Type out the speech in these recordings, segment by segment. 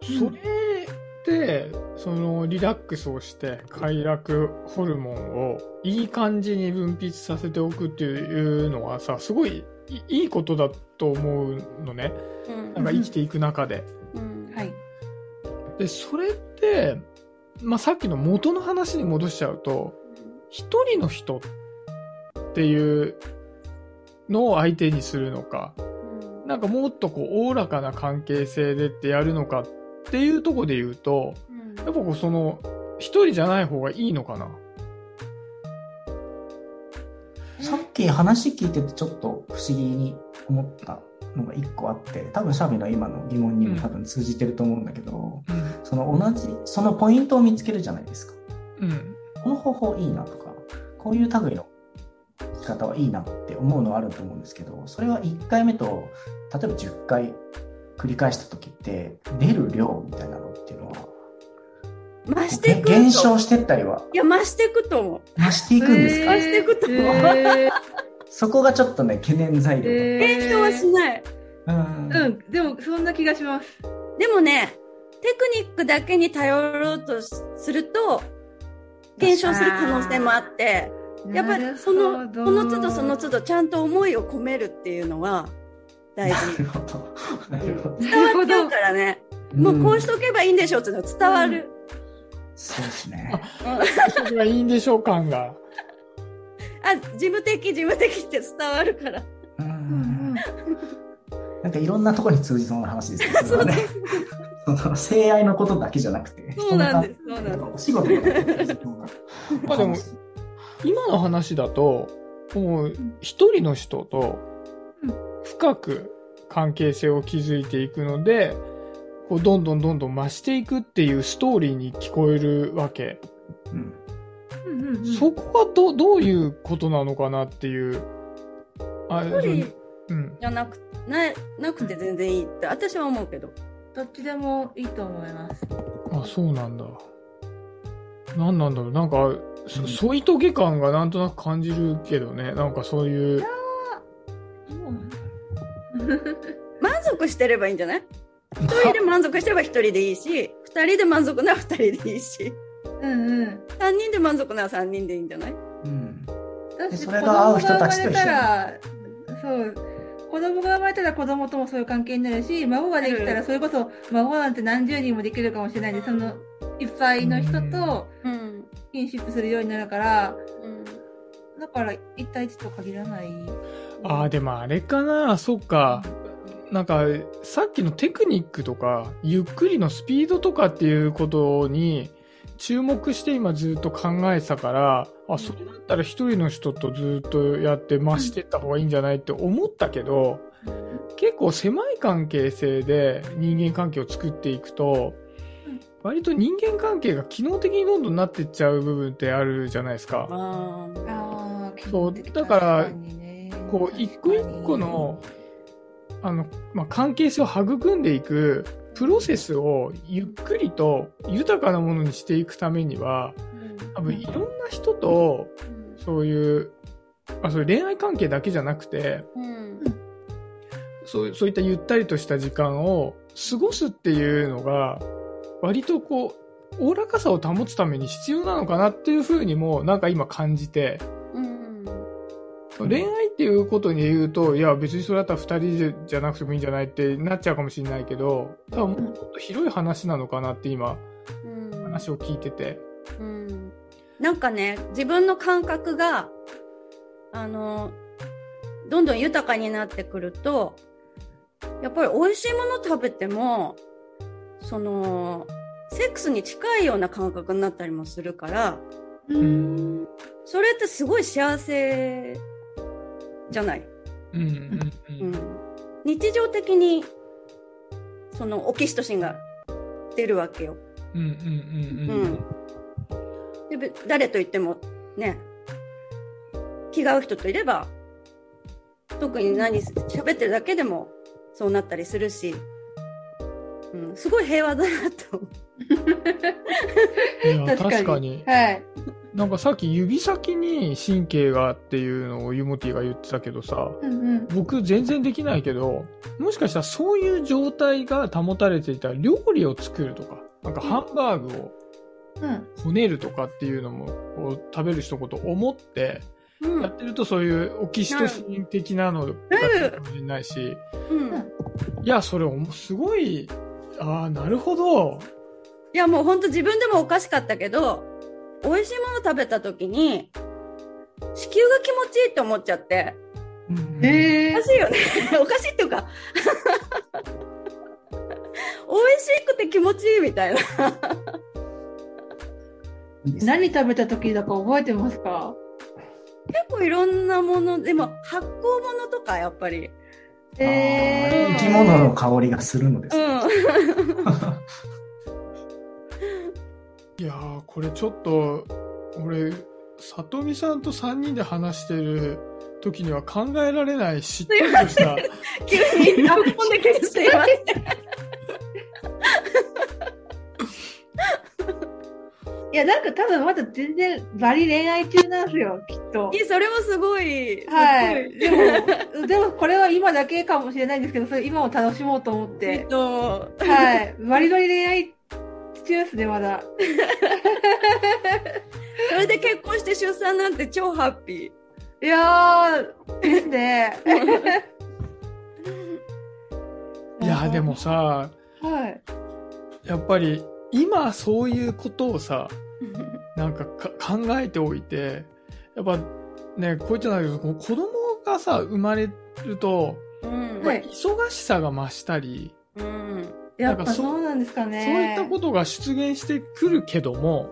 それで、そのリラックスをして快楽ホルモンをいい感じに分泌させておくっていうのはさ、すごいいいことだと思うのね。なんか生きていく中で。 はい。 で、それって、まあ、さっきの元の話に戻しちゃうと、一人の人っていうのを相手にするのか、なんかもっとこう、おおらかな関係性でってやるのかっていうところで言うと、やっぱこう、その、一人じゃない方がいいのかな。 さっき話聞いててちょっと不思議に思ったのが一個あって、多分シャビの今の疑問にも多分通じてると思うんだけど、そのポイントを見つけるじゃないですか。この方法いいなとか、こういう類の仕方はいいなって思うのはあると思うんですけど、それは1回目と、例えば10回繰り返した時って、出る量みたいなのっていうのは、 増していくと。 減少してったりは。 いや、増していくと思う。 増していくんですか？ 増していくと思う。 そこがちょっとね、懸念材料。 減少はしない。 でもそんな気がします。 でもね、テクニックだけに頼ろうとすると、減少する可能性もあって、やっぱりこの都度その都度ちゃんと思いを込めるっていうのは大事。 なるほど。 伝わっちゃうからね。もうこうしとけばいいんでしょっていうのは伝わる。 そうですね。 それがいいんでしょう感が。 事務的って伝わるから。 なんかいろんなところに通じそうな話ですね。それはね。性愛のことだけじゃなくて。 そうなんです。 お仕事のまあでも、今の話だと、もう一人の人と深く関係性を築いていくので、こうどんどん増していくっていうストーリーに聞こえるわけ。そこはどういうことなのかなっていう。 じゃなくて全然いいって私は思うけど。 どっちでもいいと思います。 あ、そうなんだ。なんなんだろう。なんか、添い遂げ感がなんとなく感じるけどね。なんかそういう。 満足してればいいんじゃない？一人で満足してれば一人でいいし、二人で満足なら二人でいいし。三人で満足なら三人でいいんじゃない？ それが合う人たちと一緒に。 そう。子供が生まれたら子供ともそういう関係になるし、孫ができたらそれこそ孫なんて何十人もできるかもしれないんで、そのいっぱいの人とキンシップするようになるから、だから一対一と限らない。 でもあれかな、そっか。なんか、さっきのテクニックとか、ゆっくりのスピードとかっていうことに注目して今ずっと考えてたから、それだったら一人の人とずっとやって増していった方がいいんじゃないって思ったけど、結構狭い関係性で人間関係を作っていくと、割と人間関係が機能的にどんどんなっていっちゃう部分ってあるじゃないですか。そう、だから、こう、一個一個の、関係性を育んでいくプロセスをゆっくりと豊かなものにしていくためには、多分いろんな人と、そういう、そういう恋愛関係だけじゃなくて、そういったゆったりとした時間を過ごすっていうのが、割とこう、おおらかさを保つために必要なのかなっていうふうにも、なんか今感じて、恋愛っていうことに言うと、いや別にそれだったら二人じゃなくてもいいんじゃないってなっちゃうかもしれないけど、多分もっと広い話なのかなって今、話を聞いてて。 なんかね、自分の感覚が、どんどん豊かになってくると、やっぱり美味しいもの食べても、セックスに近いような感覚になったりもするから、それってすごい幸せじゃない。日常的にオキシトシンが出るわけよ。で誰と言ってもね、気が合う人といれば、特に喋ってるだけでもそうなったりするし、すごい平和だなと思う。 確かに。 はい。 なんかさっき指先に神経がっていうのをユモティが言ってたけどさ、僕全然できないけど、もしかしたらそういう状態が保たれていた料理を作るとか、なんかハンバーグをこねるとかっていうのも、こう食べる人のことを思ってやってると、そういうオキシトシン的なのが出るかもしれないし、いや、それすごい、ああ、なるほど。 いや、もうほんと自分でもおかしかったけど、美味しいもの食べた時に、子宮が気持ちいいって思っちゃって。おかしいよね。おかしいっていうか、美味しくて気持ちいいみたいな。 何食べた時だか覚えてますか？ 結構いろんなもの、でも発酵物とかやっぱり。 生き物の香りがするのですね。 いやー、これちょっと、俺、さとみさんと3人で話してる時には考えられないしっとりとした。 急に突っ込んできてすいません。 いや、なんか多分まだ全然バリ恋愛中なんですよ、きっと。 それもすごい。 はい。でもこれは今だけかもしれないんですけど、それ今を楽しもうと思って。はい。バリバリ恋愛中ですね、まだ。 それで結婚して出産なんて超ハッピー。いやー、ですね。 いや、でもさ、 はい。 やっぱり、今そういうことをさ、なんか考えておいて、やっぱね、こう言っちゃないけど、子供がさ、生まれると、忙しさが増したり、 やっぱそうなんですかね。 そういったことが出現してくるけども、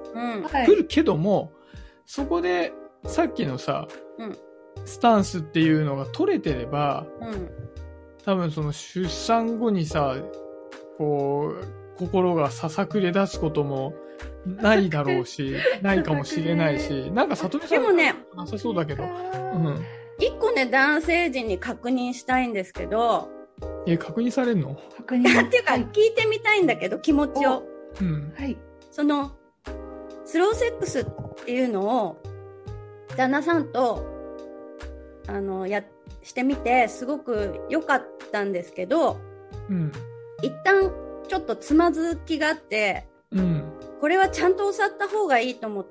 そこでさっきのさ、スタンスっていうのが取れてれば、多分その出産後にさ、こう、心がささくれ出すこともないだろうし、ないかもしれないし、なんかさとみさんでもね、 なさそうだけど。 一個ね、男性陣に確認したいんですけど。 確認されるの？ 確認。 っていうか、聞いてみたいんだけど、気持ちを。 はい。 その、スローセックスっていうのを、旦那さんと、してみて、すごく良かったんですけど、一旦、ちょっとつまずきがあって、これはちゃんと教わった方がいいと思って、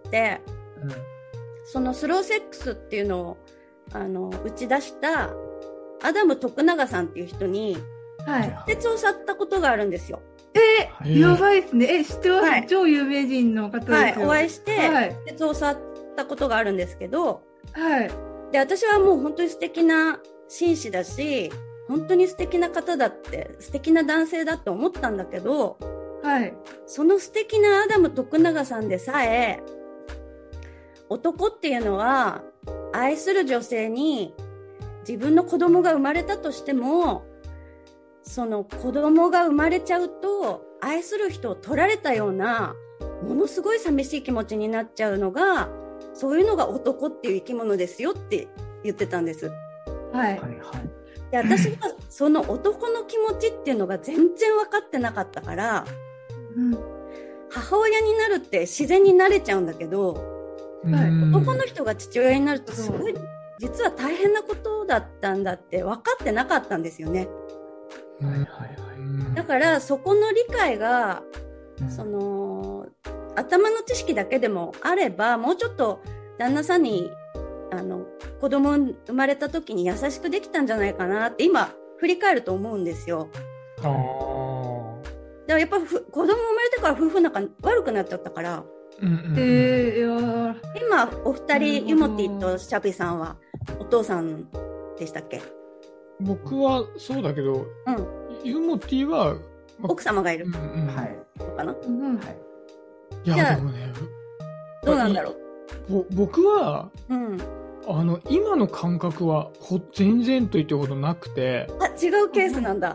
そのスローセックスっていうのを、打ち出したアダム徳永さんっていう人に、直接教わったことがあるんですよ。 やばいっすね。知ってます、超有名人の方ですよ。 お会いして、直接教わったことがあるんですけど、で、私はもう本当に素敵な紳士だし、本当に素敵な方だって、素敵な男性だって思ったんだけど、その素敵なアダム徳永さんでさえ、男っていうのは、愛する女性に自分の子供が生まれたとしても、その子供が生まれちゃうと、愛する人を取られたような、ものすごい寂しい気持ちになっちゃうのが、そういうのが男っていう生き物ですよって言ってたんです。で、私はその男の気持ちっていうのが全然分かってなかったから、母親になるって自然になれちゃうんだけど、男の人が父親になるとすごい、実は大変なことだったんだって分かってなかったんですよね。だからそこの理解が、その頭の知識だけでもあれば、もうちょっと旦那さんに子供生まれた時に優しくできたんじゃないかなって今振り返ると思うんですよ。だからやっぱ子供生まれてから夫婦仲悪くなっちゃったから。今お二人、ユモティとシャピさんはお父さんでしたっけ？ 僕はそうだけど、ユモティは、 奥様がいる。そうかな。 いや、でもね、 どうなんだろう。僕は、今の感覚は全然と言ってほどなくて。 違うケースなんだ。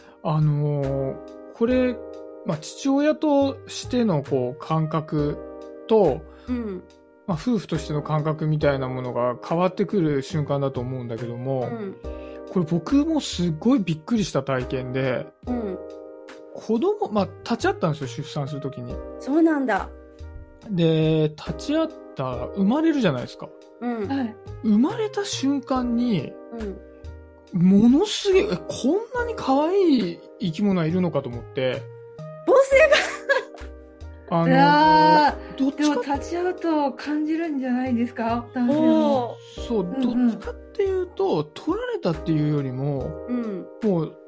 これ、父親としての感覚と、夫婦としての感覚みたいなものが変わってくる瞬間だと思うんだけども、これ僕もすごいびっくりした体験で、子供、立ち会ったんですよ、出産するときに。 そうなんだ。 で、立ち会った、生まれるじゃないですか。 うん。 はい。 生まれた瞬間に、 うん。 ものすげえ、こんなに可愛い生き物はいるのかと思って、 母性いやどっでもちか、 立ち会うと感じるんじゃないですか、男が、 性も。 おそう、 うんうんどっちかっていうと、取られたっていうよりも、 うん。 もう、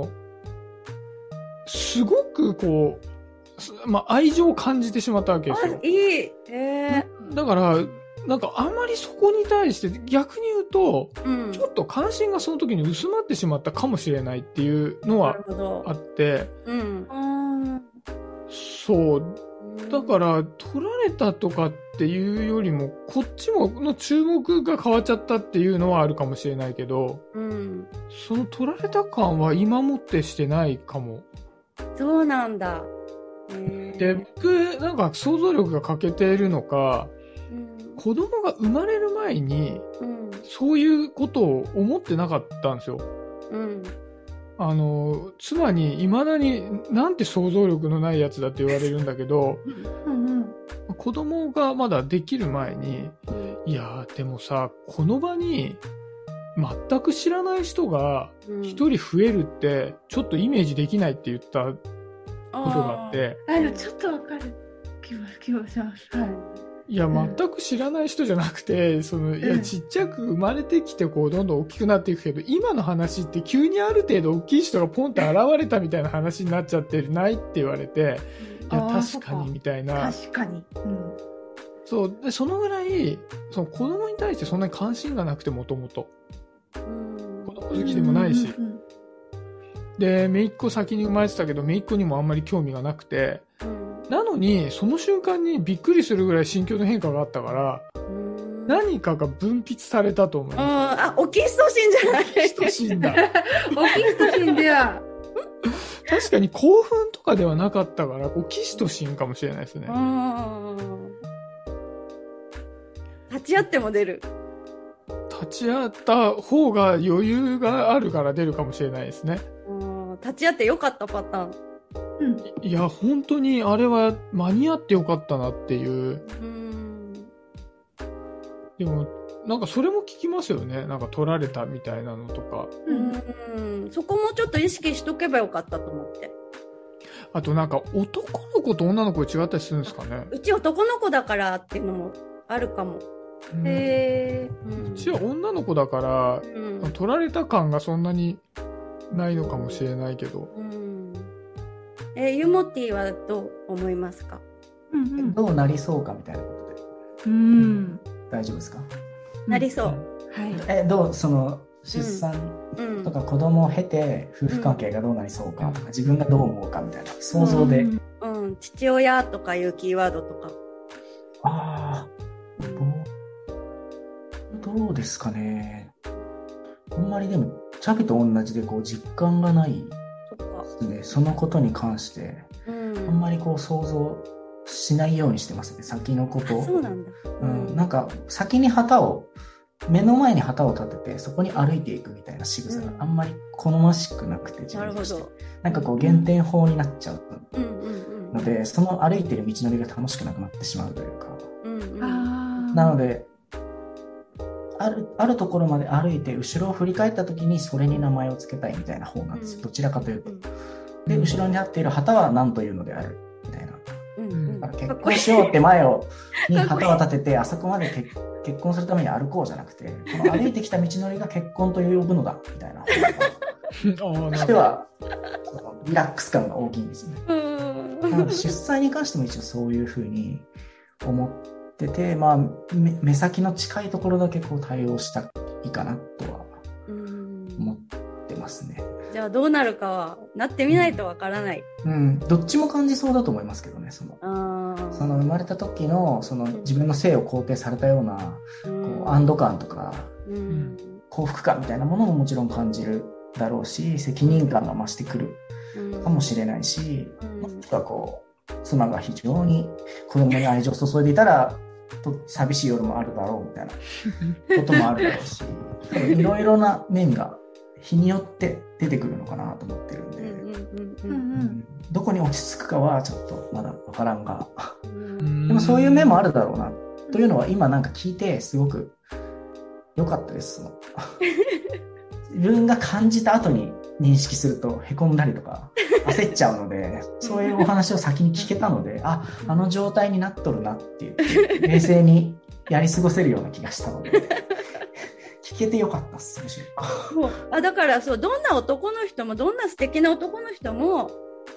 すごくこう、まあ、愛情を感じてしまったわけですよ。 あ、いい。 だから、なんかあまりそこに対して逆に言うと、 うん。 ちょっと関心がその時に薄まってしまったかもしれないっていうのなはるほど。 あって、 うん。 そう。だから、取られたとかっていうよりも、こっちもの注目が変わっちゃったっていうのはあるかもしれないけど、 うん。 その取られた感は今もってしてないかも。 そうなんだ。 で、僕、なんか想像力が欠けているのか、子供が生まれる前に、そういうことを思ってなかったんですよ。妻に未だになんて想像力のないやつだって言われるんだけど、子供がまだできる前に、いやーでもさ、この場に全く知らない人が一人増えるってちょっとイメージできないって言ったことがあって。 でもちょっとわかる気がします。はい。 いや、全く知らない人じゃなくて、いや、ちっちゃく生まれてきて、こう、どんどん大きくなっていくけど、今の話って急にある程度大きい人がポンって現れたみたいな話になっちゃってないって言われて、いや、確かにみたいな。 確かに。 そう。で、そのぐらい、子供に対してそんなに関心がなくて、もともと。子供好きでもないし。で、姪っ子先に生まれてたけど、姪っ子にもあんまり興味がなくて、なのに、その瞬間にびっくりするぐらい心境の変化があったから、何かが分泌されたと思います。 オキシトシンじゃない？ オキシトシンだ。 オキシトシンでは。 確かに興奮とかではなかったから、オキシトシンかもしれないですね。 立ち会っても出る。 立ち会った方が余裕があるから出るかもしれないですね。 立ち会ってよかったパターン。 いや、本当にあれは間に合ってよかったなっていう。でも、なんかそれも聞きますよね。なんか取られたみたいなのとか。 そこもちょっと意識しとけばよかったと思って。 あとなんか男の子と女の子違ったりするんですかね。 うち男の子だからっていうのもあるかも。 うちは女の子だから、取られた感がそんなにないのかもしれないけど。 ユモティはどう思いますか？ どうなりそうかみたいなことで。大丈夫ですか？ なりそう。 はい。 どう、出産とか子供を経て夫婦関係がどうなりそうかとか、自分がどう思うかみたいな想像で。 父親とかいうキーワードとか。 どうですかね。あんまりでも、チャビと同じでこう実感がないですね。そのことに関して、あんまりこう想像しないようにしてますね。先のことを。 そうなんだ。 なんか先に目の前に旗を立てて、そこに歩いていくみたいな仕草があんまり好ましくなくて、自分として。なんかこう減点法になっちゃうので、その歩いてる道のりが楽しくなくなってしまうというか。なので、あるところまで歩いて後ろを振り返った時にそれに名前を付けたいみたいな方なんですよ。どちらかというと。で、後ろに立っている旗は何というのであるみたいな。結婚しようって前に旗を立てて、あそこまで結婚するために歩こうじゃなくて、この歩いてきた道のりが結婚と呼ぶのだみたいな方がしてはリラックス感が大きいんですよね。なので出産に関しても一応そういうふうに思ってて、目先の近いところだけこう対応したらいいかなとは思ってますね。 じゃあどうなるかはなってみないとわからない。 どっちも感じそうだと思いますけどね。その生まれた時の自分の性を肯定されたようなこう安堵感とか、幸福感みたいなものももちろん感じるだろうし、責任感が増してくるかもしれないし、もしくはこう妻が非常に子供に愛情を注いでいたら寂しい夜もあるだろうみたいなこともあるだろうし、いろいろな面が日によって出てくるのかなと思ってるんで、どこに落ち着くかはちょっとまだ分からんが、でもそういう面もあるだろうなっというのは今なんか聞いてすごく良かったです。自分が感じた後に認識すると凹んだりとか焦っちゃうので、そういうお話を先に聞けたので、あの状態になっとるなっていう、冷静にやり過ごせるような気がしたので、聞けてよかったっす、むしろ。 だからそう、どんな男の人も、どんな素敵な男の人も、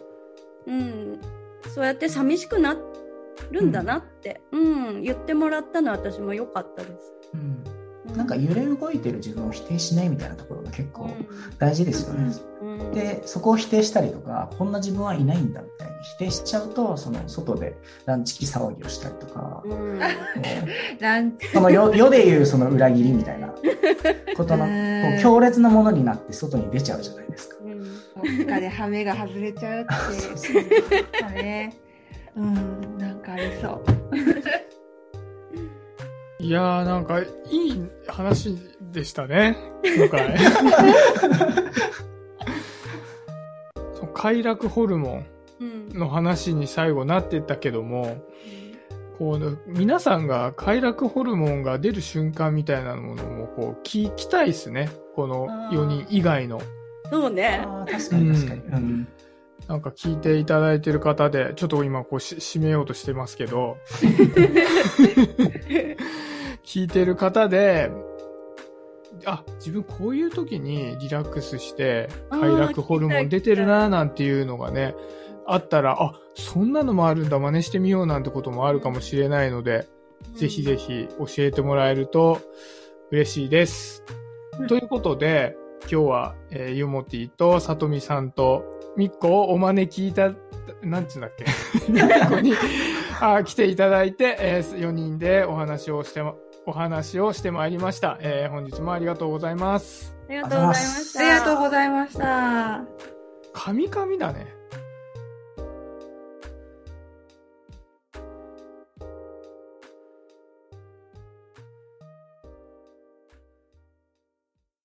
そうやって寂しくなるんだなって、言ってもらったのは私も良かったです。 なんか揺れ動いてる自分を否定しないみたいなところが結構大事ですよね。で、そこを否定したりとか、こんな自分はいないんだみたいに否定しちゃうと、その外でランチ気騒ぎをしたりとか、その世でいうその裏切りみたいなことの強烈なものになって外に出ちゃうじゃないですか。 どっかでハメが外れちゃうってね。なんかありそう。 いやー、なんかいい話でしたね、今回。快楽ホルモンの話に最後なってったけども、こう皆さんが快楽ホルモンが出る瞬間みたいなものもこう聞きたいですね、この4人以外の。 そうね。 確かに確かに。 なんか聞いていただいてる方で、ちょっと今こう締めようとしてますけど、聞いてる方で、自分こういう時にリラックスして快楽ホルモン出てるなーなんていうのがね、あったら、そんなのもあるんだ、真似してみようなんてこともあるかもしれないので、ぜひぜひ教えてもらえると嬉しいです。ということで、今日は、ゆもてぃとさとみさんとみっこをお招きいた、なんつうんだっけみっこに来ていただいて、4人でお話をしてまいりました。本日もありがとうございます。 ありがとうございました。 ありがとうございました。 神々だね。